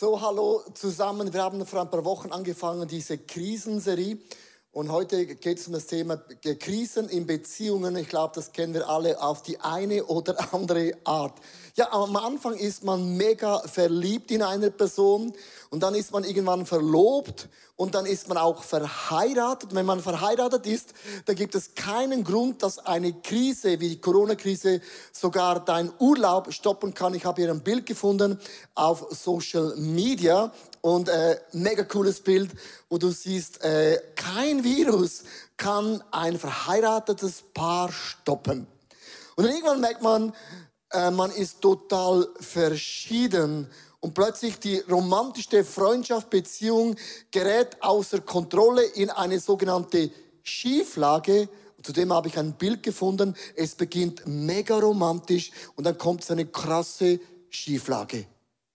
So, hallo zusammen. Wir haben vor ein paar Wochen angefangen, diese Krisenserie. Und heute geht es um das Thema Krisen in Beziehungen. Ich glaube, das kennen wir alle auf die eine oder andere Art. Ja, am Anfang ist man mega verliebt in eine Person und dann ist man irgendwann verlobt und dann ist man auch verheiratet. Und wenn man verheiratet ist, dann gibt es keinen Grund, dass eine Krise wie die Corona-Krise sogar deinen Urlaub stoppen kann. Ich habe hier ein Bild gefunden auf Social Media und mega cooles Bild, wo du siehst, kein Virus kann ein verheiratetes Paar stoppen. Und dann irgendwann merkt man, man ist total verschieden. Und plötzlich die romantischste Freundschaft, Beziehung gerät außer Kontrolle in eine sogenannte Schieflage. Und zudem habe ich ein Bild gefunden. Es beginnt mega romantisch und dann kommt so eine krasse Schieflage.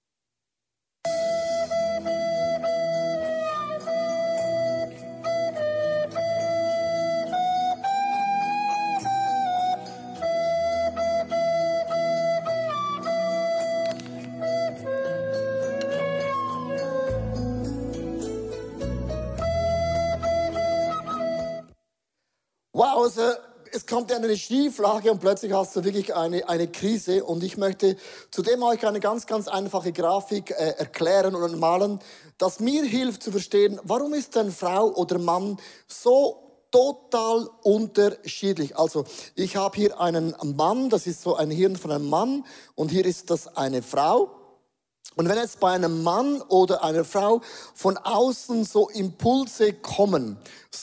Wow, also es kommt ja eine Schieflage und plötzlich hast du wirklich eine Krise. Und ich möchte zudem euch eine ganz einfache Grafik erklären und malen, das mir hilft zu verstehen, warum ist eine Frau oder Mann so total unterschiedlich. Also ich habe hier einen Mann, das ist so ein Hirn von einem Mann und hier ist das eine Frau. Und wenn jetzt bei einem Mann oder einer Frau von außen so Impulse kommen,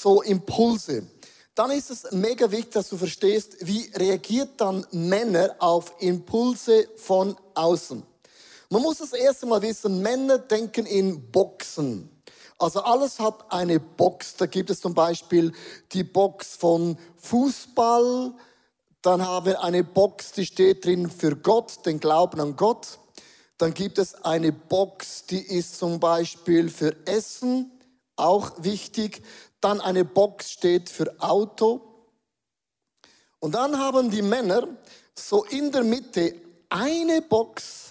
dann ist es mega wichtig, dass du verstehst, wie reagiert dann Männer auf Impulse von außen. Man muss das erste Mal wissen, Männer denken in Boxen. Also alles hat eine Box. Da gibt es zum Beispiel die Box von Fußball. Dann haben wir eine Box, die steht drin für Gott, den Glauben an Gott. Dann gibt es eine Box, die ist zum Beispiel für Essen, auch wichtig. Dann eine Box steht für Auto. Und dann haben die Männer so in der Mitte eine Box.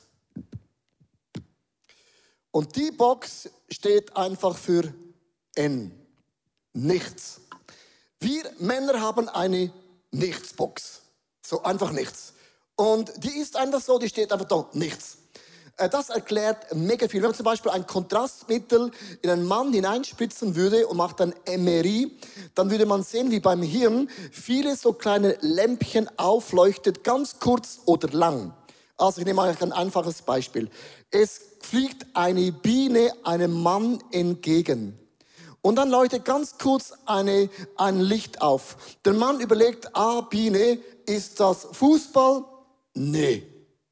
Und die Box steht einfach für N. Nichts. Wir Männer haben eine Nichtsbox. So einfach nichts. Und die ist einfach so, die steht einfach da, nichts. Das erklärt mega viel. Wenn man zum Beispiel ein Kontrastmittel in einen Mann hineinspritzen würde und macht ein MRI, dann würde man sehen, wie beim Hirn viele so kleine Lämpchen aufleuchtet, ganz kurz oder lang. Also ich nehme euch ein einfaches Beispiel. Es fliegt eine Biene einem Mann entgegen. Und dann leuchtet ganz kurz ein Licht auf. Der Mann überlegt, Biene, ist das Fußball? Nee.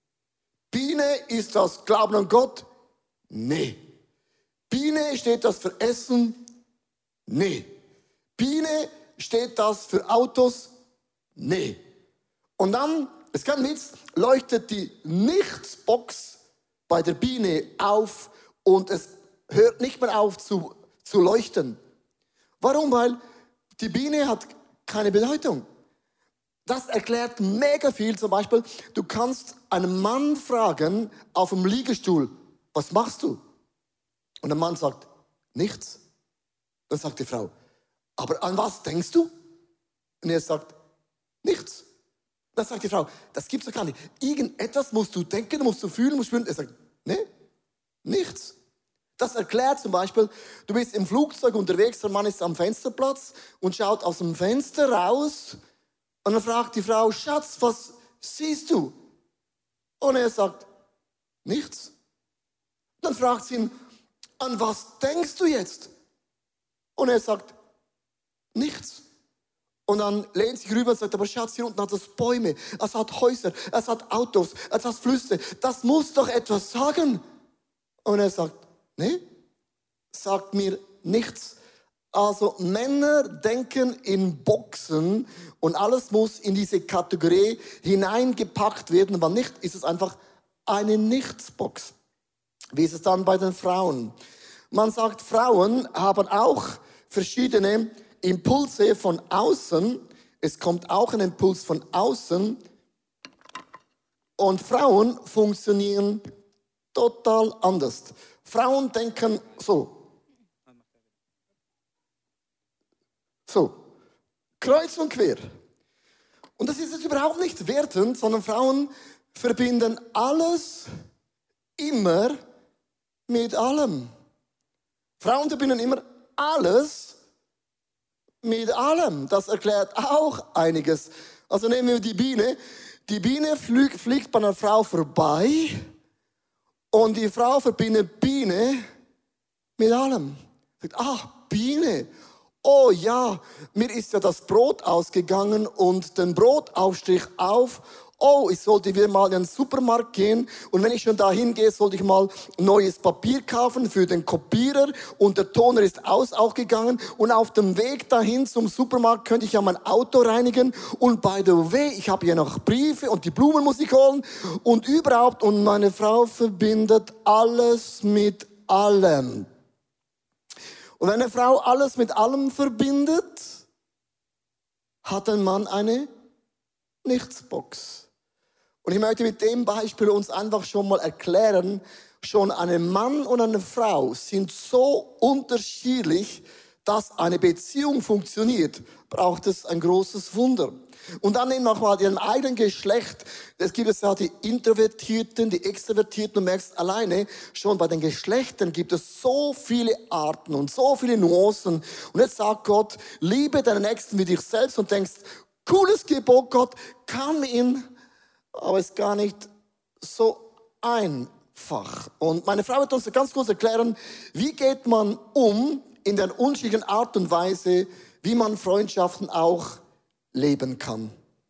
Biene, ist das Glauben an Gott? Nee. Biene, steht das für Essen? Nee. Biene, steht das für Autos? Nee. Und dann, es ist kein Witz, leuchtet die Nichtsbox bei der Biene auf und es hört nicht mehr auf zu leuchten. Warum? Weil die Biene hat keine Bedeutung. Das erklärt mega viel. Zum Beispiel, du kannst einen Mann fragen auf dem Liegestuhl, was machst du? Und der Mann sagt, nichts. Dann sagt die Frau, aber an was denkst du? Und er sagt, nichts. Dann sagt die Frau, das gibt's doch gar nicht. Irgendetwas musst du denken, musst du fühlen, musst du spüren. Er sagt, nee, nichts. Das erklärt zum Beispiel, du bist im Flugzeug unterwegs, der Mann ist am Fensterplatz und schaut aus dem Fenster raus. Und dann fragt die Frau, Schatz, was siehst du? Und er sagt, nichts. Dann fragt sie ihn, an was denkst du jetzt? Und er sagt, nichts. Und dann lehnt sich rüber und sagt, aber Schatz, hier unten hat es Bäume, es hat Häuser, es hat Autos, es hat Flüsse. Das muss doch etwas sagen. Und er sagt, nee, sagt mir nichts. Also Männer denken in Boxen und alles muss in diese Kategorie hineingepackt werden. Wenn nicht, ist es einfach eine Nichtsbox. Wie ist es dann bei den Frauen? Man sagt, Frauen haben auch verschiedene Impulse von außen. Es kommt auch ein Impuls von außen. Und Frauen funktionieren total anders. Frauen denken so. So, kreuz und quer. Und das ist jetzt überhaupt nicht wertend, sondern Frauen verbinden alles immer mit allem. Frauen verbinden immer alles mit allem. Das erklärt auch einiges. Also nehmen wir die Biene. Die Biene fliegt bei einer Frau vorbei und die Frau verbindet Biene mit allem. Sagt, Biene. Oh ja, mir ist ja das Brot ausgegangen und den Brotaufstrich auf. Oh, ich sollte wieder mal in den Supermarkt gehen und wenn ich schon dahin gehe, sollte ich mal neues Papier kaufen für den Kopierer und der Toner ist auch gegangen und auf dem Weg dahin zum Supermarkt könnte ich ja mein Auto reinigen und by the way, ich habe ja noch Briefe und die Blumen muss ich holen und überhaupt und meine Frau verbindet alles mit allem. Und wenn eine Frau alles mit allem verbindet, hat ein Mann eine Nichtsbox. Und ich möchte mit dem Beispiel uns einfach schon mal erklären, schon ein Mann und eine Frau sind so unterschiedlich, dass eine Beziehung funktioniert, braucht es ein großes Wunder. Und dann nehmen wir mal ihrem eigenen Geschlecht. Es gibt es ja die Introvertierten, die Extrovertierten. Du merkst alleine, schon bei den Geschlechtern gibt es so viele Arten und so viele Nuancen. Und jetzt sagt Gott, liebe deinen Nächsten wie dich selbst und denkst, cooles Gebot, Gott, kann ihn, aber ist gar nicht so einfach. Und meine Frau wird uns ganz kurz erklären, wie geht man um in der unterschiedlichen Art und Weise, wie man Freundschaften auch leben kann.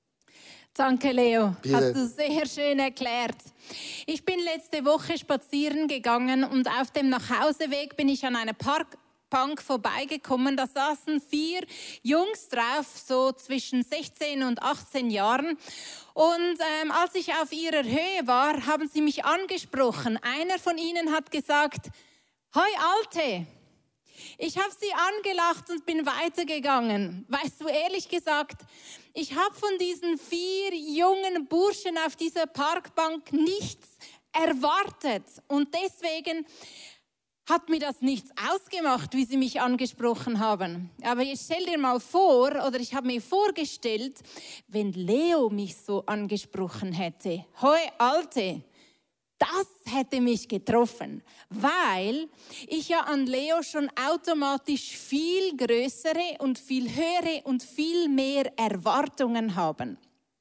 Danke, Leo. Bitte. Hast du sehr schön erklärt. Ich bin letzte Woche spazieren gegangen und auf dem Nachhauseweg bin ich an einer Parkbank vorbeigekommen. Da saßen 4 Jungs drauf, so zwischen 16 und 18 Jahren. Und als ich auf ihrer Höhe war, haben sie mich angesprochen. Einer von ihnen hat gesagt, «Hoi Alte!» Ich habe sie angelacht und bin weitergegangen. Weißt du, ehrlich gesagt, ich habe von diesen 4 jungen Burschen auf dieser Parkbank nichts erwartet. Und deswegen hat mir das nichts ausgemacht, wie sie mich angesprochen haben. Aber jetzt stell dir mal vor, oder ich habe mir vorgestellt, wenn Leo mich so angesprochen hätte. Hoi Alte! Das hätte mich getroffen, weil ich ja an Leo schon automatisch viel größere und viel höhere und viel mehr Erwartungen habe.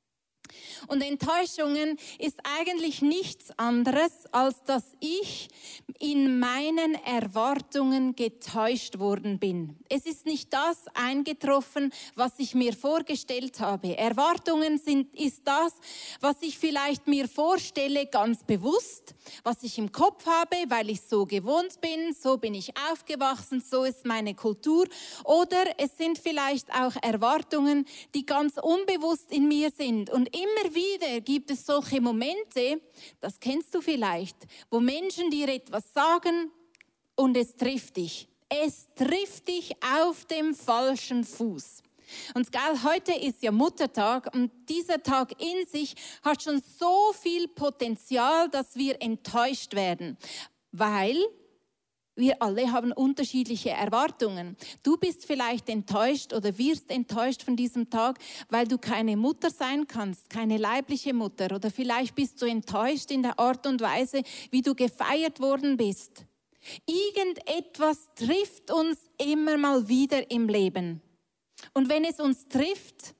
Und Enttäuschungen ist eigentlich nichts anderes, als dass ich in meinen Erwartungen getäuscht worden bin. Es ist nicht das eingetroffen, was ich mir vorgestellt habe. Erwartungen ist das, was ich vielleicht mir vorstelle, ganz bewusst, was ich im Kopf habe, weil ich so gewohnt bin, so bin ich aufgewachsen, so ist meine Kultur. Oder es sind vielleicht auch Erwartungen, die ganz unbewusst in mir sind. Und immer wieder gibt es solche Momente, das kennst du vielleicht, wo Menschen dir etwas sagen und es trifft dich. Es trifft dich auf dem falschen Fuß. Und heute ist ja Muttertag und dieser Tag in sich hat schon so viel Potenzial, dass wir enttäuscht werden, weil wir alle haben unterschiedliche Erwartungen. Du bist vielleicht enttäuscht oder wirst enttäuscht von diesem Tag, weil du keine Mutter sein kannst, keine leibliche Mutter. Oder vielleicht bist du enttäuscht in der Art und Weise, wie du gefeiert worden bist. Irgendetwas trifft uns immer mal wieder im Leben. Und wenn es uns trifft,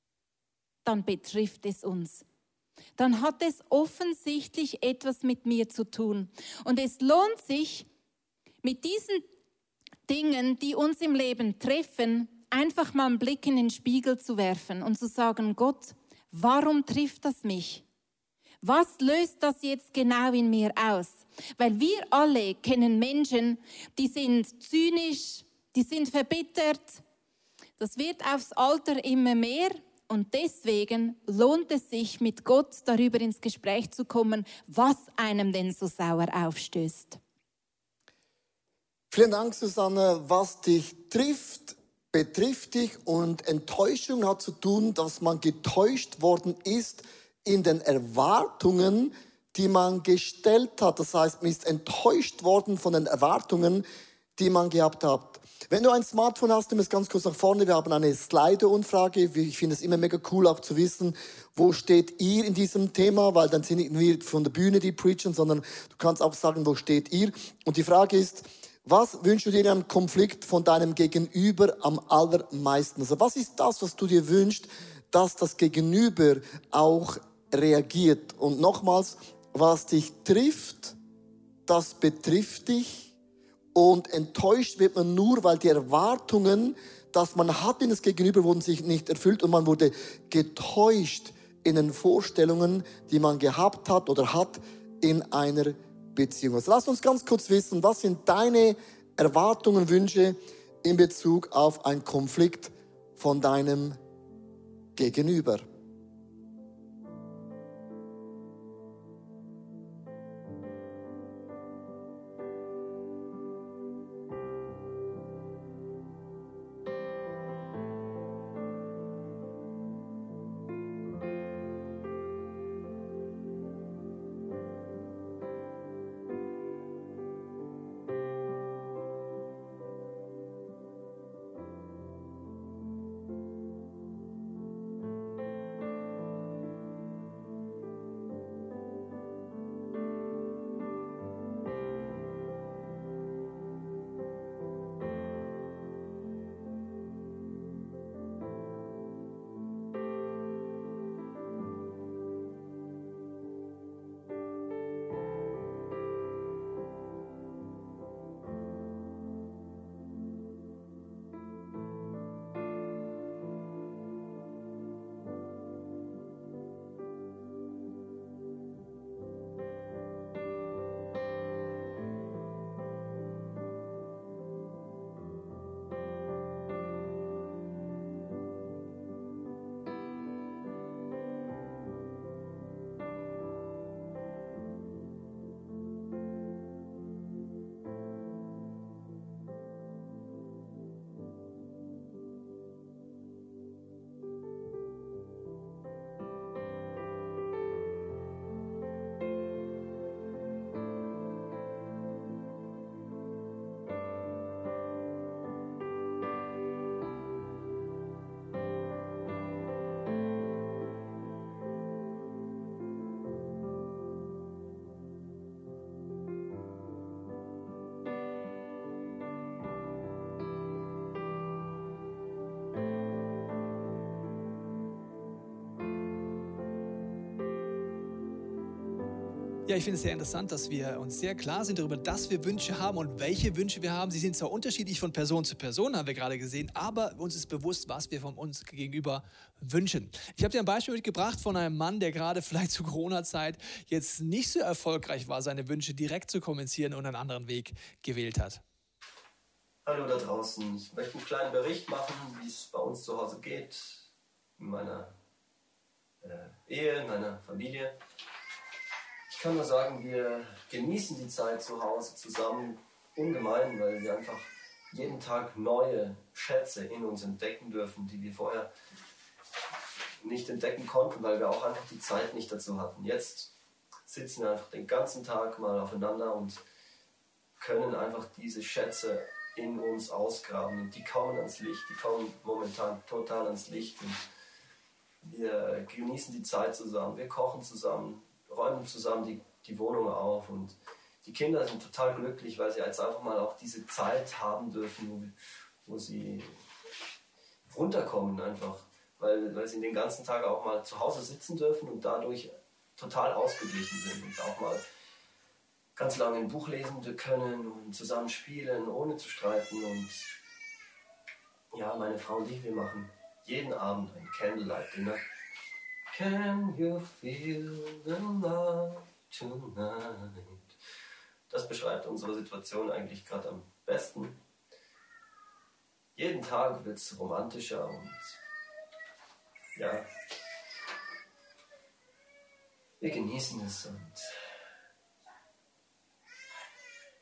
dann betrifft es uns. Dann hat es offensichtlich etwas mit mir zu tun. Und es lohnt sich, mit diesen Dingen, die uns im Leben treffen, einfach mal einen Blick in den Spiegel zu werfen und zu sagen, Gott, warum trifft das mich? Was löst das jetzt genau in mir aus? Weil wir alle kennen Menschen, die sind zynisch, die sind verbittert. Das wird aufs Alter immer mehr und deswegen lohnt es sich, mit Gott darüber ins Gespräch zu kommen, was einem denn so sauer aufstößt. Vielen Dank, Susanne. Was dich trifft, betrifft dich und Enttäuschung hat zu tun, dass man getäuscht worden ist in den Erwartungen, die man gestellt hat. Das heißt, man ist enttäuscht worden von den Erwartungen, die man gehabt hat. Wenn du ein Smartphone hast, nimm es ganz kurz nach vorne. Wir haben eine Slido-Umfrage. Ich finde es immer mega cool, auch zu wissen, wo steht ihr in diesem Thema, weil dann sind nicht wir von der Bühne, die preachen, sondern du kannst auch sagen, wo steht ihr. Und die Frage ist, was wünschst du dir in einem Konflikt von deinem Gegenüber am allermeisten? Also was ist das, was du dir wünschst, dass das Gegenüber auch reagiert? Und nochmals, was dich trifft, das betrifft dich. Und enttäuscht wird man nur, weil die Erwartungen, dass man hat in das Gegenüber, wurden sich nicht erfüllt und man wurde getäuscht in den Vorstellungen, die man gehabt hat oder hat in einer Beziehung. Also lass uns ganz kurz wissen, was sind deine Erwartungen, Wünsche in Bezug auf einen Konflikt von deinem Gegenüber? Ja, ich finde es sehr interessant, dass wir uns sehr klar sind darüber, dass wir Wünsche haben und welche Wünsche wir haben. Sie sind zwar unterschiedlich von Person zu Person, haben wir gerade gesehen, aber uns ist bewusst, was wir von uns gegenüber wünschen. Ich habe dir ein Beispiel mitgebracht von einem Mann, der gerade vielleicht zur Corona-Zeit jetzt nicht so erfolgreich war, seine Wünsche direkt zu kommunizieren und einen anderen Weg gewählt hat. Hallo da draußen, ich möchte einen kleinen Bericht machen, wie es bei uns zu Hause geht, in meiner Ehe, in meiner Familie. Ich kann nur sagen, wir genießen die Zeit zu Hause zusammen ungemein, weil wir einfach jeden Tag neue Schätze in uns entdecken dürfen, die wir vorher nicht entdecken konnten, weil wir auch einfach die Zeit nicht dazu hatten. Jetzt sitzen wir einfach den ganzen Tag mal aufeinander und können einfach diese Schätze in uns ausgraben. Und die kommen ans Licht, die kommen momentan total ans Licht. Und wir genießen die Zeit zusammen, wir kochen zusammen, räumen zusammen die Wohnung auf und die Kinder sind total glücklich, weil sie jetzt einfach mal auch diese Zeit haben dürfen, wo sie runterkommen einfach, weil sie den ganzen Tag auch mal zu Hause sitzen dürfen und dadurch total ausgeglichen sind und auch mal ganz lange ein Buch lesen können und zusammen spielen, ohne zu streiten. Und ja, meine Frau und ich, wir machen jeden Abend ein Candlelight-Dinner. Can you feel the love tonight? Das beschreibt unsere Situation eigentlich gerade am besten. Jeden Tag wird es romantischer und ja, wir genießen es und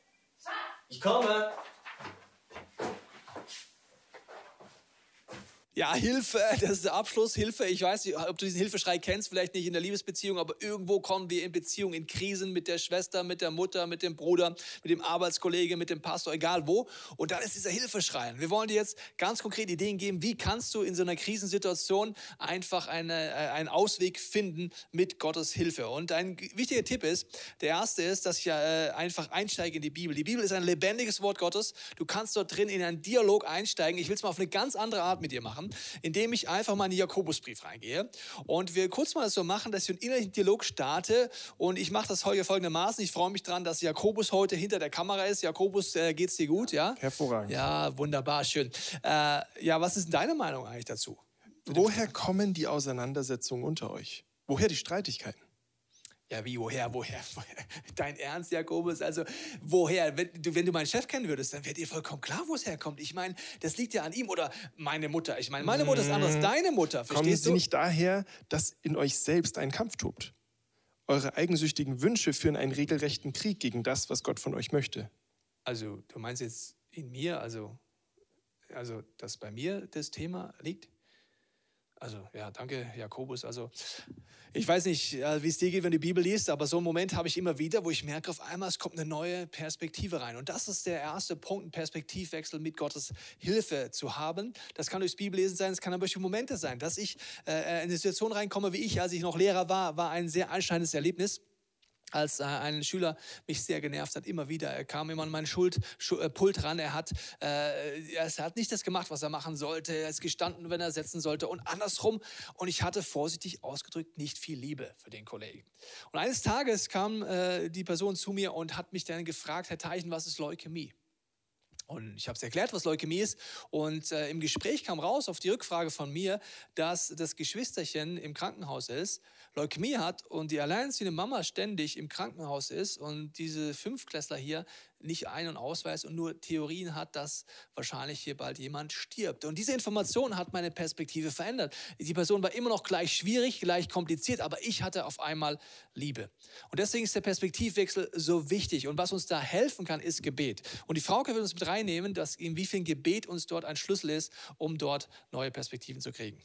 ich komme. Ja, Hilfe, das ist der Abschluss. Hilfe, ich weiß nicht, ob du diesen Hilfeschrei kennst, vielleicht nicht in der Liebesbeziehung, aber irgendwo kommen wir in Beziehung, in Krisen mit der Schwester, mit der Mutter, mit dem Bruder, mit dem Arbeitskollege, mit dem Pastor, egal wo. Und dann ist dieser Hilfeschrei. Wir wollen dir jetzt ganz konkret Ideen geben, wie kannst du in so einer Krisensituation einfach einen Ausweg finden mit Gottes Hilfe. Und ein wichtiger Tipp ist, der erste ist, dass ich einfach einsteige in die Bibel. Die Bibel ist ein lebendiges Wort Gottes. Du kannst dort drin in einen Dialog einsteigen. Ich will es mal auf eine ganz andere Art mit dir machen, indem ich einfach mal in den Jakobusbrief reingehe und wir kurz mal das so machen, dass ich einen innerlichen Dialog starte und ich mache das heute folgendermaßen. Ich freue mich dran, dass Jakobus heute hinter der Kamera ist. Jakobus, geht's dir gut? Ja? Hervorragend. Ja, wunderbar, schön. Ja, was ist denn deine Meinung eigentlich dazu? Woher kommen die Auseinandersetzungen unter euch? Woher die Streitigkeiten? Ja, wie, woher? Dein Ernst, Jakobus? Also, woher? Wenn du meinen Chef kennen würdest, dann wäre dir vollkommen klar, wo es herkommt. Ich meine, das liegt ja an ihm oder meine Mutter. Ich meine, meine Mutter ist anders, deine Mutter, verstehst du? Kommen sie nicht daher, dass in euch selbst ein Kampf tobt? Eure eigensüchtigen Wünsche führen einen regelrechten Krieg gegen das, was Gott von euch möchte. Also, du meinst jetzt in mir, also dass bei mir das Thema liegt? Also, ja, danke, Jakobus. Also, ich weiß nicht, wie es dir geht, wenn du die Bibel liest, aber so einen Moment habe ich immer wieder, wo ich merke, auf einmal, es kommt eine neue Perspektive rein. Und das ist der erste Punkt, einen Perspektivwechsel mit Gottes Hilfe zu haben. Das kann durchs Bibellesen sein, es kann aber durch Momente sein. Dass ich in eine Situation reinkomme, wie ich, als ich noch Lehrer war ein sehr einschneidendes Erlebnis. Als ein Schüler mich sehr genervt hat, immer wieder. Er kam immer an meinen Pult ran. Er hat nicht das gemacht, was er machen sollte. Er ist gestanden, wenn er setzen sollte und andersrum. Und ich hatte vorsichtig ausgedrückt nicht viel Liebe für den Kollegen. Und eines Tages kam die Person zu mir und hat mich dann gefragt, Herr Teichen, was ist Leukämie? Und ich habe es erklärt, was Leukämie ist. Und im Gespräch kam raus auf die Rückfrage von mir, dass das Geschwisterchen im Krankenhaus ist, Leukämie hat und die alleinerziehende Mama ständig im Krankenhaus ist und diese Fünftklässler hier nicht Ein- und Ausweis und nur Theorien hat, dass wahrscheinlich hier bald jemand stirbt. Und diese Information hat meine Perspektive verändert. Die Person war immer noch gleich schwierig, gleich kompliziert, aber ich hatte auf einmal Liebe. Und deswegen ist der Perspektivwechsel so wichtig. Und was uns da helfen kann, ist Gebet. Und die Frauke wird uns mit reinnehmen, dass inwiefern Gebet uns dort ein Schlüssel ist, um dort neue Perspektiven zu kriegen.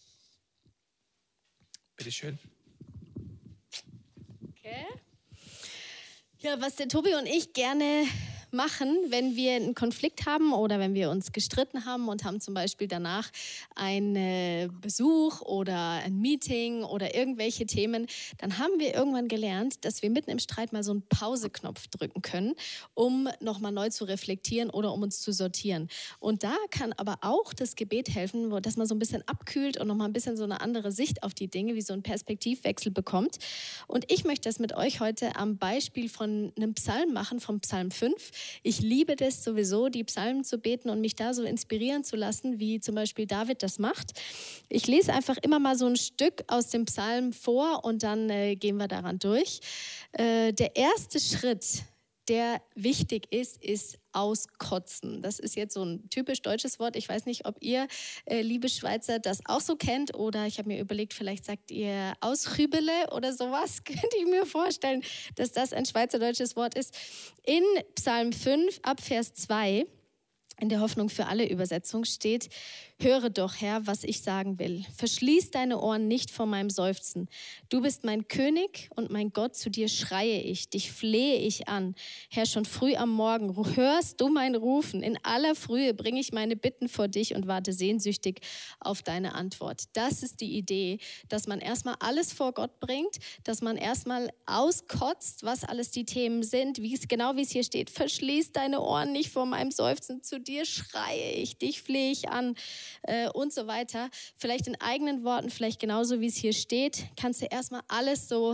Bitteschön. Okay. Ja, was der Tobi und ich gerne machen, wenn wir einen Konflikt haben oder wenn wir uns gestritten haben und haben zum Beispiel danach einen Besuch oder ein Meeting oder irgendwelche Themen, dann haben wir irgendwann gelernt, dass wir mitten im Streit mal so einen Pauseknopf drücken können, um nochmal neu zu reflektieren oder um uns zu sortieren. Und da kann aber auch das Gebet helfen, dass man so ein bisschen abkühlt und nochmal ein bisschen so eine andere Sicht auf die Dinge, wie so ein Perspektivwechsel bekommt. Und ich möchte das mit euch heute am Beispiel von einem Psalm machen, vom Psalm 5. Ich liebe das sowieso, die Psalmen zu beten und mich da so inspirieren zu lassen, wie zum Beispiel David das macht. Ich lese einfach immer mal so ein Stück aus dem Psalm vor und dann gehen wir daran durch. Der erste Schritt, der wichtig ist auskotzen. Das ist jetzt so ein typisch deutsches Wort. Ich weiß nicht, ob ihr, liebe Schweizer, das auch so kennt oder ich habe mir überlegt, vielleicht sagt ihr Ausrübele oder sowas. Könnte ich mir vorstellen, dass das ein schweizerdeutsches Wort ist. In Psalm 5 ab Vers 2 in der Hoffnung für alle Übersetzung steht: Höre doch, Herr, was ich sagen will. Verschließ deine Ohren nicht vor meinem Seufzen. Du bist mein König und mein Gott, zu dir schreie ich, dich flehe ich an. Herr, schon früh am Morgen hörst du mein Rufen. In aller Frühe bringe ich meine Bitten vor dich und warte sehnsüchtig auf deine Antwort. Das ist die Idee, dass man erstmal alles vor Gott bringt, dass man erstmal auskotzt, was alles die Themen sind, genau wie es hier steht. Verschließ deine Ohren nicht vor meinem Seufzen, zu dir schreie ich, dich flehe ich an. Und so weiter. Vielleicht in eigenen Worten, vielleicht genauso wie es hier steht, kannst du erstmal alles so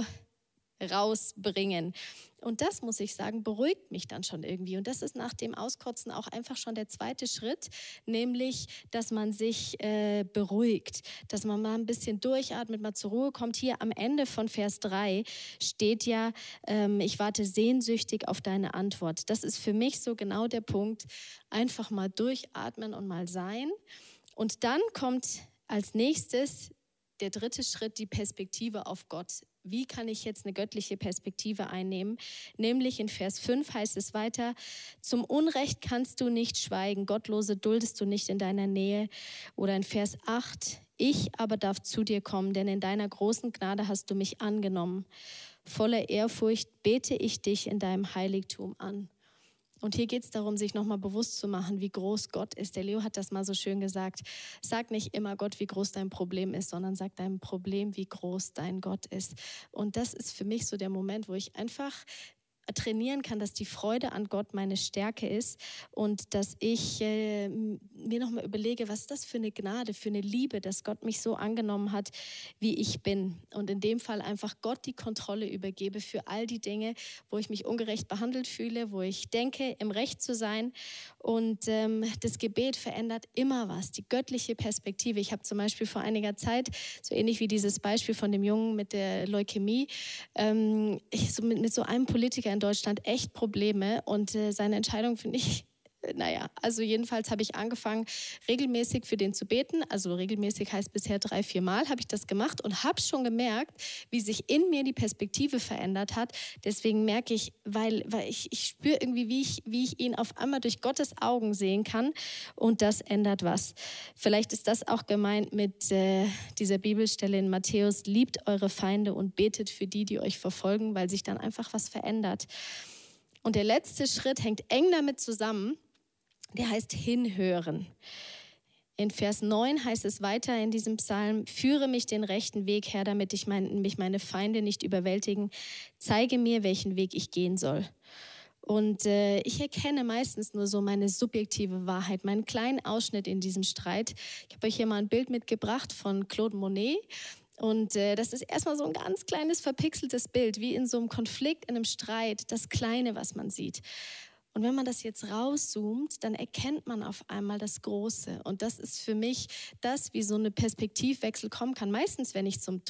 rausbringen. Und das, muss ich sagen, beruhigt mich dann schon irgendwie. Und das ist nach dem Auskotzen auch einfach schon der zweite Schritt, nämlich, dass man sich beruhigt, dass man mal ein bisschen durchatmet, mal zur Ruhe kommt. Hier am Ende von Vers 3 steht ja, ich warte sehnsüchtig auf deine Antwort. Das ist für mich so genau der Punkt, einfach mal durchatmen und mal sein. Und dann kommt als nächstes der dritte Schritt, die Perspektive auf Gott wie kann ich jetzt eine göttliche Perspektive einnehmen? Nämlich in Vers 5 heißt es weiter, zum Unrecht kannst du nicht schweigen, Gottlose duldest du nicht in deiner Nähe. Oder in Vers 8, ich aber darf zu dir kommen, denn in deiner großen Gnade hast du mich angenommen. Voller Ehrfurcht bete ich dich in deinem Heiligtum an. Und hier geht es darum, sich nochmal bewusst zu machen, wie groß Gott ist. Der Leo hat das mal so schön gesagt. Sag nicht immer Gott, wie groß dein Problem ist, sondern sag deinem Problem, wie groß dein Gott ist. Und das ist für mich so der Moment, wo ich einfach trainieren kann, dass die Freude an Gott meine Stärke ist und dass ich mir nochmal überlege, was ist das für eine Gnade, für eine Liebe, dass Gott mich so angenommen hat, wie ich bin. Und in dem Fall einfach Gott die Kontrolle übergebe für all die Dinge, wo ich mich ungerecht behandelt fühle, wo ich denke, im Recht zu sein. Und das Gebet verändert immer was, die göttliche Perspektive. Ich habe zum Beispiel vor einiger Zeit, so ähnlich wie dieses Beispiel von dem Jungen mit der Leukämie, mit so einem Politiker in Deutschland echt Probleme und seine Entscheidung finde ich, also jedenfalls habe ich angefangen, regelmäßig für den zu beten. Also regelmäßig heißt bisher 3-4 Mal habe ich das gemacht und habe schon gemerkt, wie sich in mir die Perspektive verändert hat. Deswegen merke ich, weil ich spüre irgendwie, wie ich ihn auf einmal durch Gottes Augen sehen kann und das ändert was. Vielleicht ist das auch gemeint mit dieser Bibelstelle in Matthäus, liebt eure Feinde und betet für die, die euch verfolgen, weil sich dann einfach was verändert. Und der letzte Schritt hängt eng damit zusammen, der heißt hinhören. In Vers 9 heißt es weiter in diesem Psalm, führe mich den rechten Weg her, damit mich meine Feinde nicht überwältigen. Zeige mir, welchen Weg ich gehen soll. Und ich erkenne meistens nur so meine subjektive Wahrheit, meinen kleinen Ausschnitt in diesem Streit. Ich habe euch hier mal ein Bild mitgebracht von Claude Monet. Und das ist erstmal so ein ganz kleines, verpixeltes Bild, wie in so einem Konflikt, in einem Streit, das Kleine, was man sieht. Und wenn man das jetzt rauszoomt, dann erkennt man auf einmal das Große. Und das ist für mich das, wie so eine Perspektivwechsel kommen kann. Meistens, wenn ich zu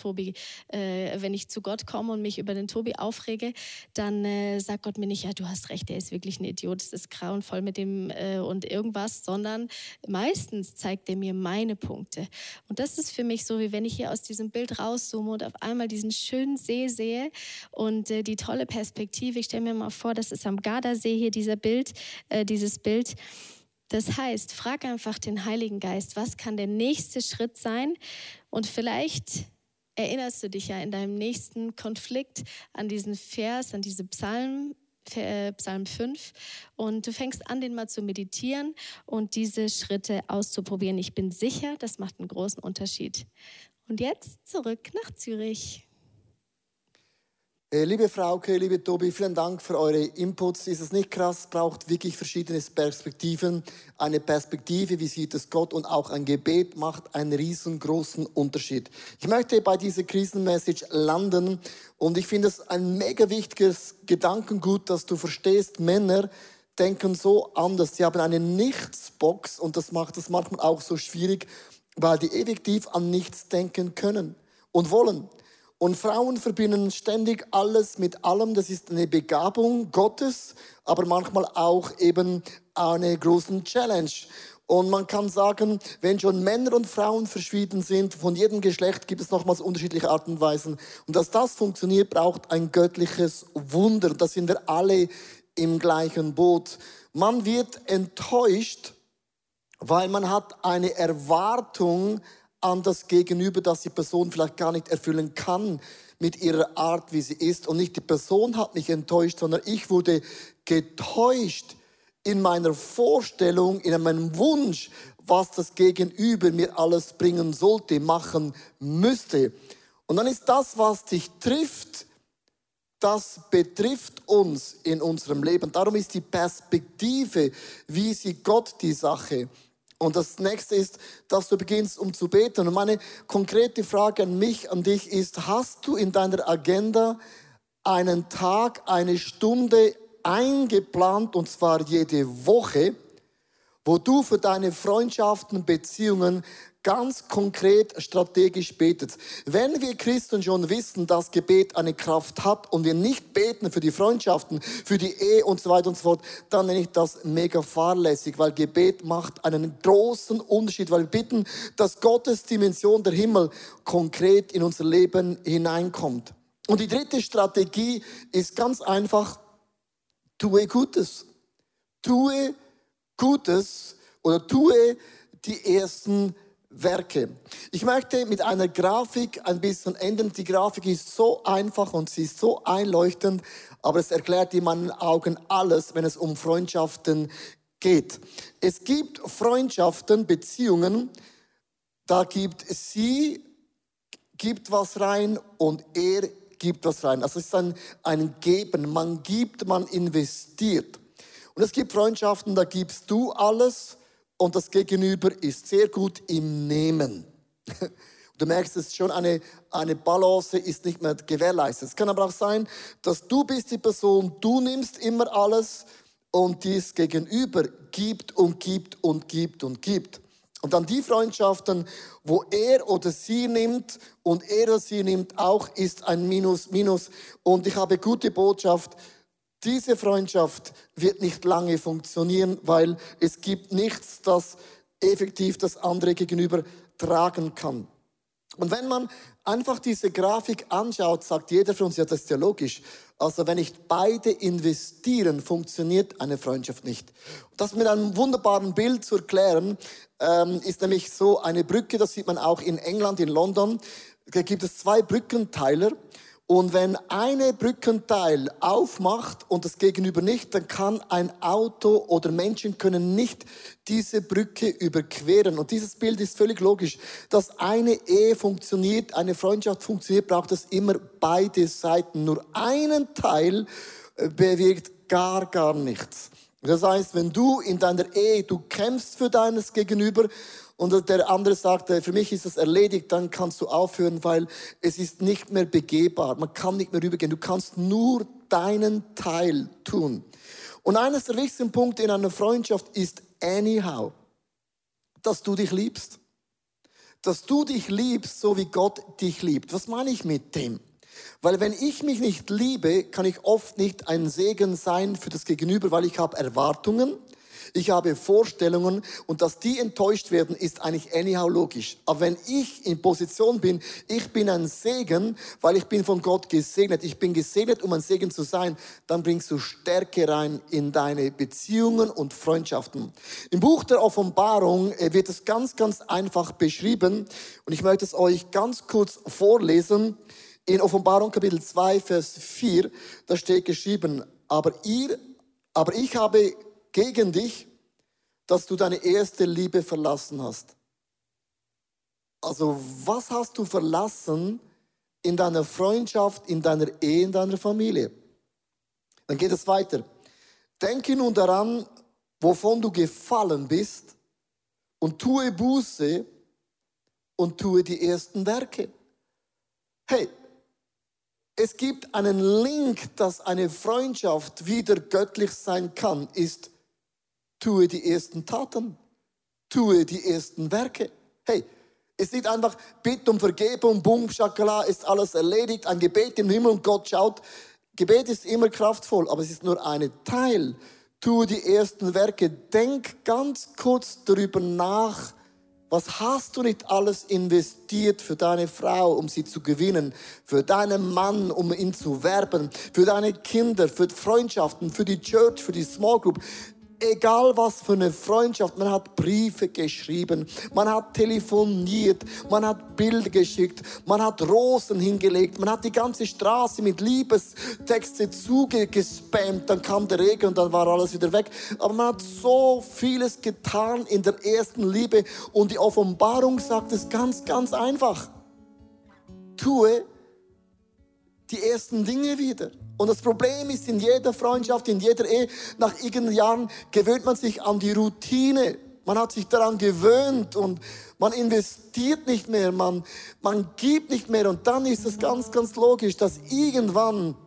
Gott komme und mich über den Tobi aufrege, dann sagt Gott mir nicht, ja, du hast recht, der ist wirklich ein Idiot, das ist grauenvoll mit dem und irgendwas, sondern meistens zeigt er mir meine Punkte. Und das ist für mich so, wie wenn ich hier aus diesem Bild rauszoome und auf einmal diesen schönen See sehe und die tolle Perspektive. Ich stelle mir mal vor, das ist am Gardasee hier dieses Bild. Das heißt, frag einfach den Heiligen Geist, was kann der nächste Schritt sein? Und vielleicht erinnerst du dich ja in deinem nächsten Konflikt an diesen Vers, an diese Psalm 5 und du fängst an, den mal zu meditieren und diese Schritte auszuprobieren. Ich bin sicher, das macht einen großen Unterschied. Und jetzt zurück nach Zürich. Liebe Frauke, liebe Tobi, vielen Dank für eure Inputs. Ist es nicht krass? Braucht wirklich verschiedene Perspektiven. Eine Perspektive, wie sieht es Gott, und auch ein Gebet macht einen riesengroßen Unterschied. Ich möchte bei dieser Krisenmessage landen und ich finde es ein mega wichtiges Gedankengut, dass du verstehst, Männer denken so anders. Sie haben eine Nichtsbox und das macht es manchmal auch so schwierig, weil die effektiv an nichts denken können und wollen. Und Frauen verbinden ständig alles mit allem. Das ist eine Begabung Gottes, aber manchmal auch eben eine große Challenge. Und man kann sagen, wenn schon Männer und Frauen verschieden sind, von jedem Geschlecht gibt es nochmals unterschiedliche Arten und Weisen. Und dass das funktioniert, braucht ein göttliches Wunder. Da sind wir alle im gleichen Boot. Man wird enttäuscht, weil man hat eine Erwartung an das Gegenüber, das die Person vielleicht gar nicht erfüllen kann mit ihrer Art, wie sie ist. Und nicht die Person hat mich enttäuscht, sondern ich wurde getäuscht in meiner Vorstellung, in meinem Wunsch, was das Gegenüber mir alles bringen sollte, machen müsste. Und dann ist das, was dich trifft, das betrifft uns in unserem Leben. Darum ist die Perspektive, wie sieht Gott die Sache. Und das nächste ist, dass du beginnst, zu beten. Und meine konkrete Frage an mich, an dich ist, hast du in deiner Agenda einen Tag, eine Stunde eingeplant, und zwar jede Woche, wo du für deine Freundschaften, Beziehungen ganz konkret strategisch betest. Wenn wir Christen schon wissen, dass Gebet eine Kraft hat und wir nicht beten für die Freundschaften, für die Ehe und so weiter und so fort, dann nenne ich das mega fahrlässig, weil Gebet macht einen großen Unterschied, weil wir bitten, dass Gottes Dimension der Himmel konkret in unser Leben hineinkommt. Und die dritte Strategie ist ganz einfach, tue Gutes. Tue Gutes oder tue die ersten Werke. Ich möchte mit einer Grafik ein bisschen enden. Die Grafik ist so einfach und sie ist so einleuchtend, aber es erklärt in meinen Augen alles, wenn es um Freundschaften geht. Es gibt Freundschaften, Beziehungen, da gibt sie, gibt was rein und er gibt was rein. Also es ist ein Geben. Man gibt, man investiert. Und es gibt Freundschaften, da gibst du alles und das Gegenüber ist sehr gut im Nehmen. Du merkst, es ist schon eine Balance ist nicht mehr gewährleistet. Es kann aber auch sein, dass du bist die Person, du nimmst immer alles und dies Gegenüber gibt und gibt und gibt und gibt. Und dann die Freundschaften, wo er oder sie nimmt und er oder sie nimmt auch, ist ein Minus, Minus. Und ich habe gute Botschaft, diese Freundschaft wird nicht lange funktionieren, weil es gibt nichts, das effektiv das andere gegenüber tragen kann. Und wenn man einfach diese Grafik anschaut, sagt jeder von uns, ja, das ist ja logisch. Also wenn nicht beide investieren, funktioniert eine Freundschaft nicht. Das mit einem wunderbaren Bild zu erklären, ist nämlich so eine Brücke, das sieht man auch in England, in London. Da gibt es 2 Brückenteiler. Und wenn eine Brückenteil aufmacht und das Gegenüber nicht, dann kann ein Auto oder Menschen können nicht diese Brücke überqueren. Und dieses Bild ist völlig logisch. Dass eine Ehe funktioniert, eine Freundschaft funktioniert, braucht es immer beide Seiten. Nur einen Teil bewirkt gar nichts. Das heißt, wenn du in deiner Ehe, du kämpfst für deines Gegenüber und der andere sagt, für mich ist es erledigt, dann kannst du aufhören, weil es ist nicht mehr begehbar. Man kann nicht mehr rübergehen. Du kannst nur deinen Teil tun. Und eines der wichtigsten Punkte in einer Freundschaft ist anyhow, dass du dich liebst. Dass du dich liebst, so wie Gott dich liebt. Was meine ich mit dem? Weil wenn ich mich nicht liebe, kann ich oft nicht ein Segen sein für das Gegenüber, weil ich habe Erwartungen, ich habe Vorstellungen und dass die enttäuscht werden, ist eigentlich anyhow logisch. Aber wenn ich in Position bin, ich bin ein Segen, weil ich bin von Gott gesegnet, ich bin gesegnet, um ein Segen zu sein, dann bringst du Stärke rein in deine Beziehungen und Freundschaften. Im Buch der Offenbarung wird es ganz einfach beschrieben und ich möchte es euch ganz kurz vorlesen. In Offenbarung Kapitel 2, Vers 4, da steht geschrieben, aber ich habe gegen dich, dass du deine erste Liebe verlassen hast. Also was hast du verlassen in deiner Freundschaft, in deiner Ehe, in deiner Familie? Dann geht es weiter. Denke nun daran, wovon du gefallen bist und tue Buße und tue die ersten Werke. Hey, es gibt einen Link, dass eine Freundschaft wieder göttlich sein kann, ist, tue die ersten Taten, tue die ersten Werke. Hey, es ist nicht einfach, bitte um Vergebung, boom, schakala, ist alles erledigt, ein Gebet im Himmel und Gott schaut. Gebet ist immer kraftvoll, aber es ist nur ein Teil. Tue die ersten Werke, denk ganz kurz darüber nach, was hast du nicht alles investiert für deine Frau, um sie zu gewinnen? Für deinen Mann, um ihn zu werben? Für deine Kinder, für Freundschaften, für die Church, für die Small Group? Egal was für eine Freundschaft, man hat Briefe geschrieben, man hat telefoniert, man hat Bilder geschickt, man hat Rosen hingelegt, man hat die ganze Straße mit Liebestexte zugespammt, dann kam der Regen und dann war alles wieder weg. Aber man hat so vieles getan in der ersten Liebe und die Offenbarung sagt es ganz einfach. Tue die ersten Dinge wieder. Und das Problem ist, in jeder Freundschaft, in jeder Ehe, nach irgendeinen Jahren gewöhnt man sich an die Routine. Man hat sich daran gewöhnt und man investiert nicht mehr, man gibt nicht mehr. Und dann ist es ganz logisch, dass irgendwann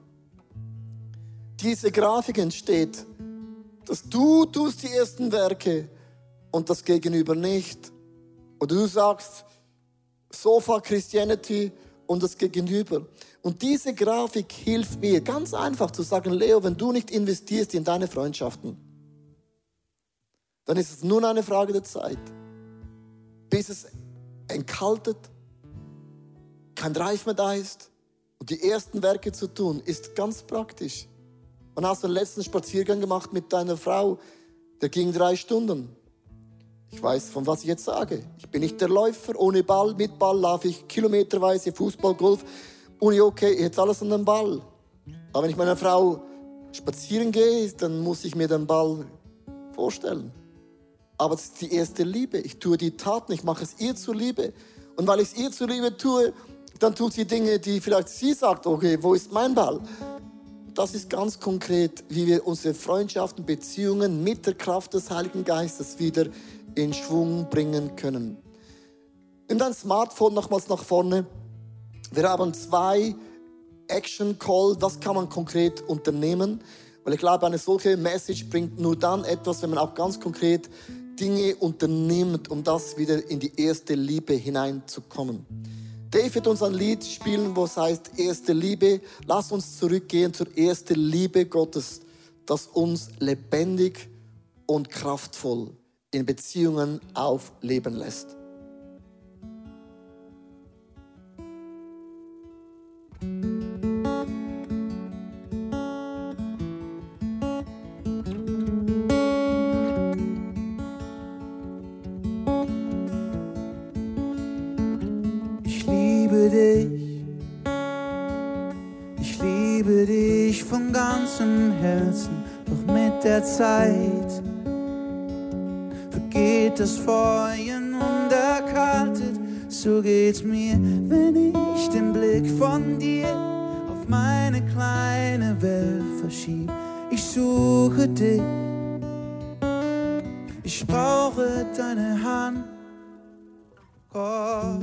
diese Grafik entsteht, dass du tust die ersten Werke und das Gegenüber nicht. Oder du sagst, Sofa Christianity und das Gegenüber. Und diese Grafik hilft mir, ganz einfach zu sagen, Leo, wenn du nicht investierst in deine Freundschaften, dann ist es nur eine Frage der Zeit, bis es entkaltet, kein Drive mehr da ist, Und die ersten Werke zu tun, ist ganz praktisch. Wann hast du den letzten Spaziergang gemacht mit deiner Frau? Der ging 3 Stunden. Ich weiß, von was ich jetzt sage. Ich bin nicht der Läufer. Ohne Ball, mit Ball laufe ich kilometerweise, Fußball, Golf. Uni, okay, jetzt alles an den Ball. Aber wenn ich mit meiner Frau spazieren gehe, dann muss ich mir den Ball vorstellen. Aber das ist die erste Liebe. Ich tue die Taten, ich mache es ihr zuliebe. Und weil ich es ihr zuliebe tue, dann tut sie Dinge, die vielleicht sie sagt, okay, wo ist mein Ball? Das ist ganz konkret, wie wir unsere Freundschaften, Beziehungen mit der Kraft des Heiligen Geistes wieder in Schwung bringen können. Nimm dein Smartphone nochmals nach vorne. Wir haben 2 Action Call, das kann man konkret unternehmen. Weil ich glaube, eine solche Message bringt nur dann etwas, wenn man auch ganz konkret Dinge unternimmt, um das wieder in die erste Liebe hineinzukommen. Dave wird uns ein Lied spielen, wo es heißt, erste Liebe. Lass uns zurückgehen zur ersten Liebe Gottes, das uns lebendig und kraftvoll in Beziehungen aufleben lässt. Ich liebe dich von ganzem Herzen, doch mit der Zeit vergeht das Feuer und erkaltet. So geht's mir, wenn ich den Blick von dir auf meine kleine Welt verschieb. Ich suche dich, ich brauche deine Hand, Gott.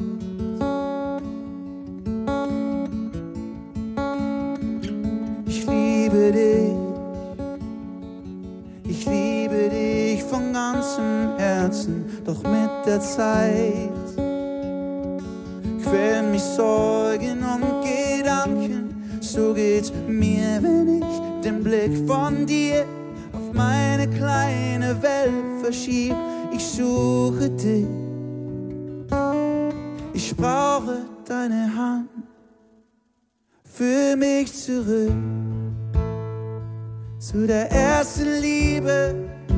Ich liebe dich von ganzem Herzen, doch mit der Zeit quälen mich Sorgen und Gedanken. So geht's mir, wenn ich den Blick von dir auf meine kleine Welt verschieb. Ich suche dich, ich brauche deine Hand. Führ mich zurück zu der ersten Liebe,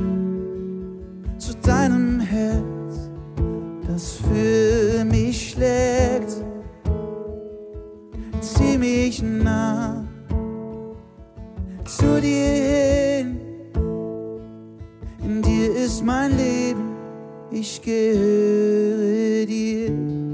zu deinem Herz, das für mich schlägt. Zieh mich nah zu dir hin, in dir ist mein Leben, ich gehöre dir.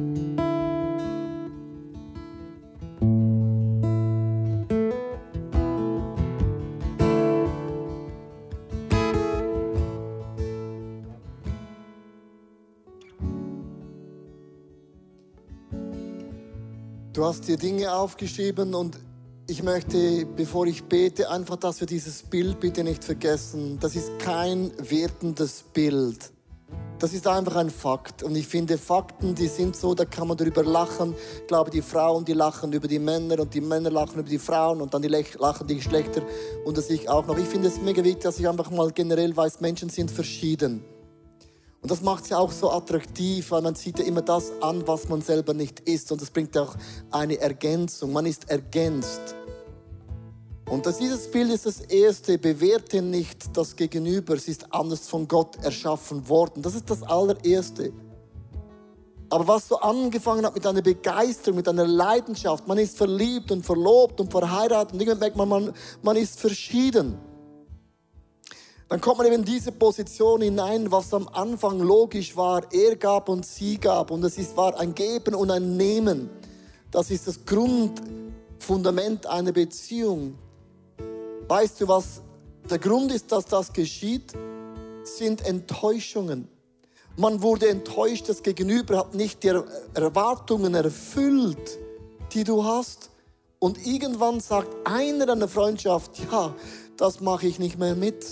Du hast dir Dinge aufgeschrieben und ich möchte, bevor ich bete, einfach, dass wir dieses Bild bitte nicht vergessen. Das ist kein wertendes Bild. Das ist einfach ein Fakt. Und ich finde, Fakten, die sind so, da kann man darüber lachen. Ich glaube, die Frauen, die lachen über die Männer und die Männer lachen über die Frauen und dann die lachen die Geschlechter und das ich auch noch. Ich finde es mega wichtig, dass ich einfach mal generell weiß, Menschen sind verschieden. Und das macht es ja auch so attraktiv, weil man sieht ja immer das an, was man selber nicht ist. Und das bringt auch eine Ergänzung. Man ist ergänzt. Und dieses Bild ist das Erste. Bewerte nicht das Gegenüber. Es ist anders von Gott erschaffen worden. Das ist das Allererste. Aber was so angefangen hat mit einer Begeisterung, mit einer Leidenschaft. Man ist verliebt und verlobt und verheiratet. Und irgendwann merkt man ist verschieden. Dann kommt man eben in diese Position hinein, was am Anfang logisch war. Er gab und sie gab. Und es war ein Geben und ein Nehmen. Das ist das Grundfundament einer Beziehung. Weißt du, was der Grund ist, dass das geschieht? Sind Enttäuschungen. Man wurde enttäuscht, das Gegenüber hat nicht die Erwartungen erfüllt, die du hast. Und irgendwann sagt einer deiner Freundschaft, ja, das mache ich nicht mehr mit.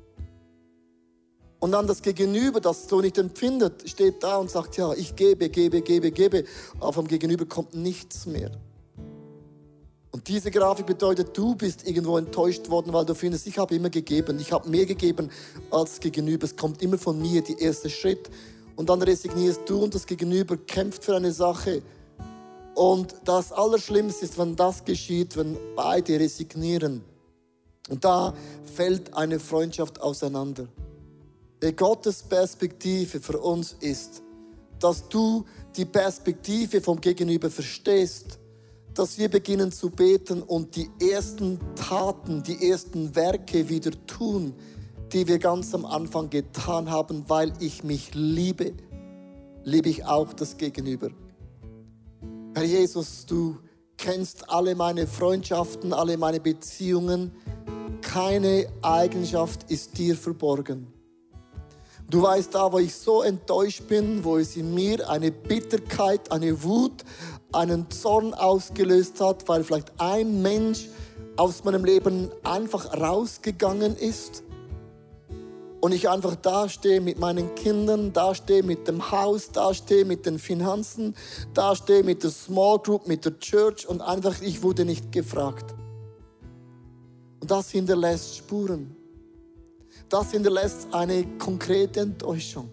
Und dann das Gegenüber, das so nicht empfindet, steht da und sagt, ja, ich gebe. Aber vom Gegenüber kommt nichts mehr. Und diese Grafik bedeutet, du bist irgendwo enttäuscht worden, weil du findest, ich habe immer gegeben. Ich habe mehr gegeben als Gegenüber. Es kommt immer von mir, der erste Schritt. Und dann resignierst du und das Gegenüber kämpft für eine Sache. Und das Allerschlimmste ist, wenn das geschieht, wenn beide resignieren. Und da fällt eine Freundschaft auseinander. Gottes Perspektive für uns ist, dass du die Perspektive vom Gegenüber verstehst, dass wir beginnen zu beten und die ersten Taten, die ersten Werke wieder tun, die wir ganz am Anfang getan haben, weil ich mich liebe, liebe ich auch das Gegenüber. Herr Jesus, du kennst alle meine Freundschaften, alle meine Beziehungen. Keine Eigenschaft ist dir verborgen. Du weißt da, wo ich so enttäuscht bin, wo es in mir eine Bitterkeit, eine Wut, einen Zorn ausgelöst hat, weil vielleicht ein Mensch aus meinem Leben einfach rausgegangen ist. Und ich einfach dastehe mit meinen Kindern, dastehe mit dem Haus, dastehe mit den Finanzen, dastehe mit der Small Group, mit der Church und einfach, ich wurde nicht gefragt. Und das hinterlässt Spuren. Das hinterlässt eine konkrete Enttäuschung.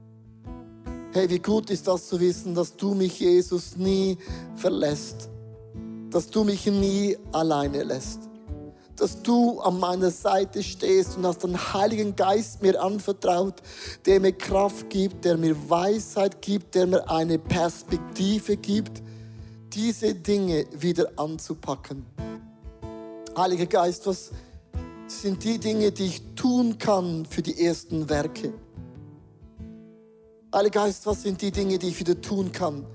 Hey, wie gut ist das zu wissen, dass du mich, Jesus, nie verlässt. Dass du mich nie alleine lässt. Dass du an meiner Seite stehst und hast den Heiligen Geist mir anvertraut, der mir Kraft gibt, der mir Weisheit gibt, der mir eine Perspektive gibt, diese Dinge wieder anzupacken. Heiliger Geist, was sind die Dinge, die ich tun kann für die ersten Werke? Heiliger Geist, was sind die Dinge, die ich wieder tun kann,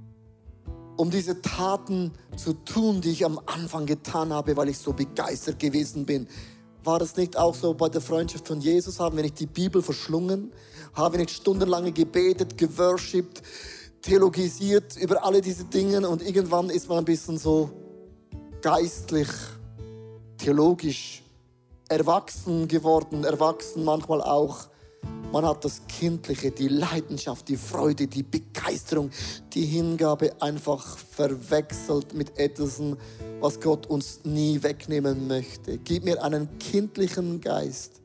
um diese Taten zu tun, die ich am Anfang getan habe, weil ich so begeistert gewesen bin? War es nicht auch so bei der Freundschaft von Jesus? Haben wir nicht die Bibel verschlungen? Haben wir nicht stundenlang gebetet, geworshipped, theologisiert über alle diese Dinge? Und irgendwann ist man ein bisschen so geistlich, theologisch erwachsen geworden, erwachsen manchmal auch. Man hat das Kindliche, die Leidenschaft, die Freude, die Begeisterung, die Hingabe einfach verwechselt mit etwas, was Gott uns nie wegnehmen möchte. Gib mir einen kindlichen Geist,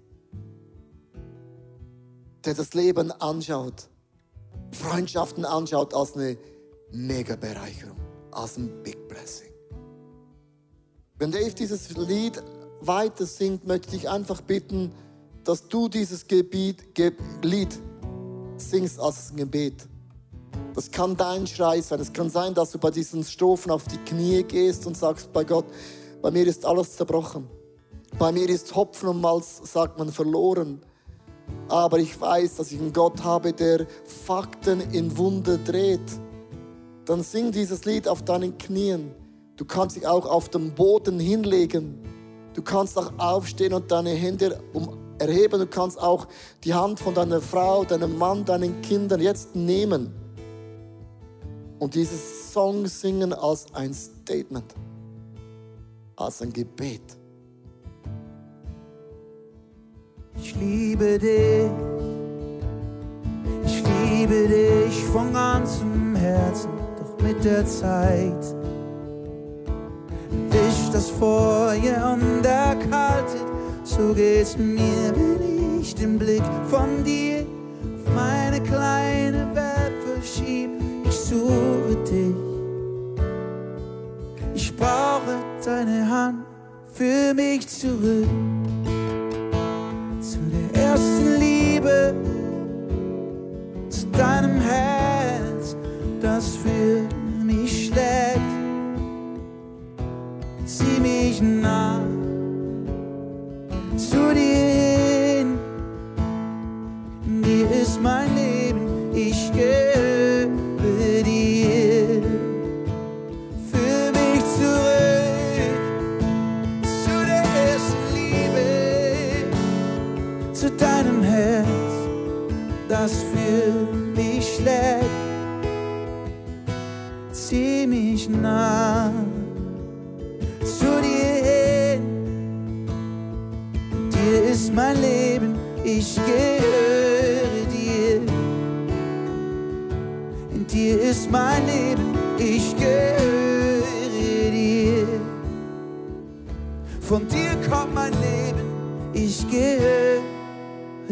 der das Leben anschaut, Freundschaften anschaut als eine Mega-Bereicherung, als ein Big Blessing. Wenn Dave dieses Lied weiter singt, möchte ich einfach bitten, dass du dieses Lied singst als ein Gebet. Das kann dein Schrei sein. Es kann sein, dass du bei diesen Strophen auf die Knie gehst und sagst, bei Gott, bei mir ist alles zerbrochen. Bei mir ist Hopfen und Malz, sagt man, verloren. Aber ich weiß, dass ich einen Gott habe, der Fakten in Wunder dreht. Dann sing dieses Lied auf deinen Knien. Du kannst dich auch auf den Boden hinlegen. Du kannst auch aufstehen und deine Hände erheben. Du kannst auch die Hand von deiner Frau, deinem Mann, deinen Kindern jetzt nehmen und dieses Song singen als ein Statement, als ein Gebet. Ich liebe dich von ganzem Herzen, doch mit der Zeit ist das Feuer und erkaltet. So geht's mir, wenn ich den Blick von dir auf meine kleine Welt verschieb. Ich suche dich, ich brauche deine Hand für mich zurück. Zu der ersten Liebe, zu deinem Herz, das für mich schlägt. Zieh mich nah zu dir hin, dir ist mein Leben, ich gehöre dir. Führ mich zurück zu der ersten Liebe, zu deinem Herz, das für mich schlägt. Zieh mich nah zu dir hin, dir ist mein Leben, ich gehöre dir. In dir ist mein Leben, ich gehöre dir. Von dir kommt mein Leben, ich gehöre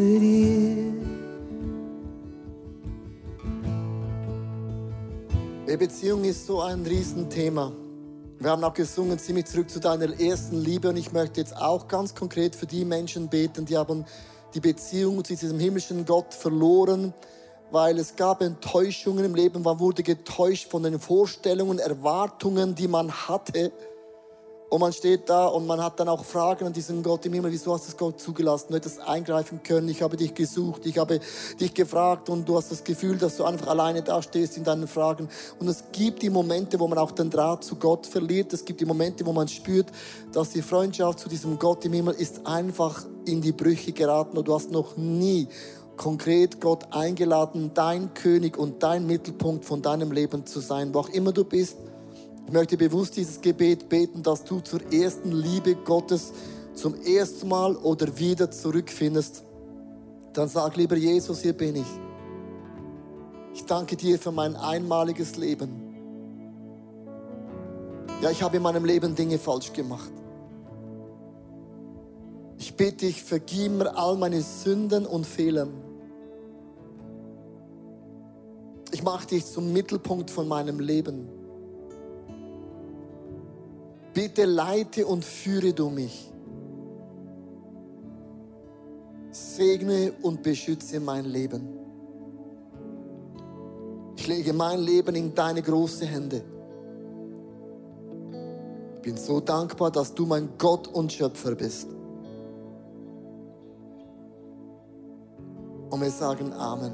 dir. Beziehung ist so ein Riesenthema. Wir haben auch gesungen, zieh mich zurück zu deiner ersten Liebe. Und ich möchte jetzt auch ganz konkret für die Menschen beten, die haben die Beziehung zu diesem himmlischen Gott verloren, weil es gab Enttäuschungen im Leben. Man wurde getäuscht von den Vorstellungen, Erwartungen, die man hatte. Und man steht da und man hat dann auch Fragen an diesen Gott im Himmel. Wieso hast du das Gott zugelassen? Du hättest eingreifen können. Ich habe dich gesucht. Ich habe dich gefragt und du hast das Gefühl, dass du einfach alleine da stehst in deinen Fragen. Und es gibt die Momente, wo man auch den Draht zu Gott verliert. Es gibt die Momente, wo man spürt, dass die Freundschaft zu diesem Gott im Himmel ist einfach in die Brüche geraten. Und du hast noch nie konkret Gott eingeladen, dein König und dein Mittelpunkt von deinem Leben zu sein. Wo auch immer du bist. Ich möchte bewusst dieses Gebet beten, dass du zur ersten Liebe Gottes zum ersten Mal oder wieder zurückfindest. Dann sag lieber Jesus, hier bin ich. Ich danke dir für mein einmaliges Leben. Ja, ich habe in meinem Leben Dinge falsch gemacht. Ich bitte dich, vergib mir all meine Sünden und Fehler. Ich mache dich zum Mittelpunkt von meinem Leben. Bitte leite und führe du mich. Segne und beschütze mein Leben. Ich lege mein Leben in deine großen Hände. Ich bin so dankbar, dass du mein Gott und Schöpfer bist. Und wir sagen Amen.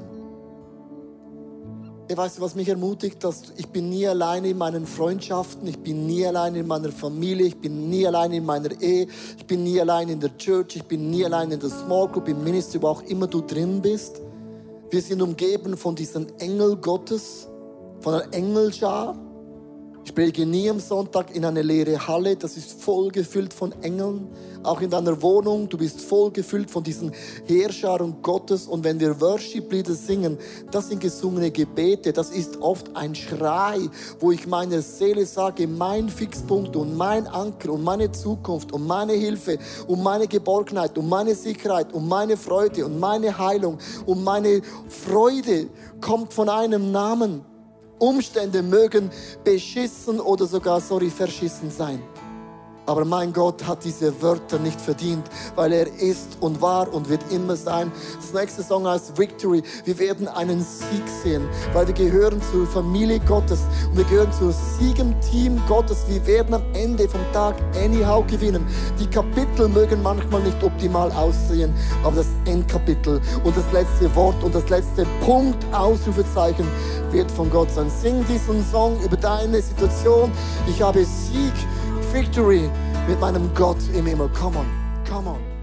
Hey, weißt du, was mich ermutigt? Ich bin nie alleine in meinen Freundschaften, ich bin nie alleine in meiner Familie, ich bin nie alleine in meiner Ehe, ich bin nie alleine in der Church, ich bin nie alleine in der Small Group, im Ministry, wo auch immer du drin bist. Wir sind umgeben von diesen Engel Gottes, von einer Engelschar. Ich predige nie am Sonntag in eine leere Halle, das ist voll gefüllt von Engeln. Auch in deiner Wohnung, du bist voll gefüllt von diesen Heerscharen Gottes. Und wenn wir Worship-Lieder singen, das sind gesungene Gebete, das ist oft ein Schrei, wo ich meiner Seele sage, mein Fixpunkt und mein Anker und meine Zukunft und meine Hilfe und meine Geborgenheit und meine Sicherheit und meine Freude und meine Heilung und meine Freude kommt von einem Namen. Umstände mögen beschissen oder sogar, verschissen sein. Aber mein Gott hat diese Wörter nicht verdient, weil er ist und war und wird immer sein. Das nächste Song heißt Victory. Wir werden einen Sieg sehen, weil wir gehören zur Familie Gottes und wir gehören zum Siegenteam Gottes. Wir werden am Ende vom Tag anyhow gewinnen. Die Kapitel mögen manchmal nicht optimal aussehen, aber das Endkapitel und das letzte Wort und das letzte Punkt, Ausrufezeichen, wird von Gott sein. Sing diesen Song über deine Situation. Ich habe Sieg, Victory mit meinem Gott im Himmel. Come on, come on.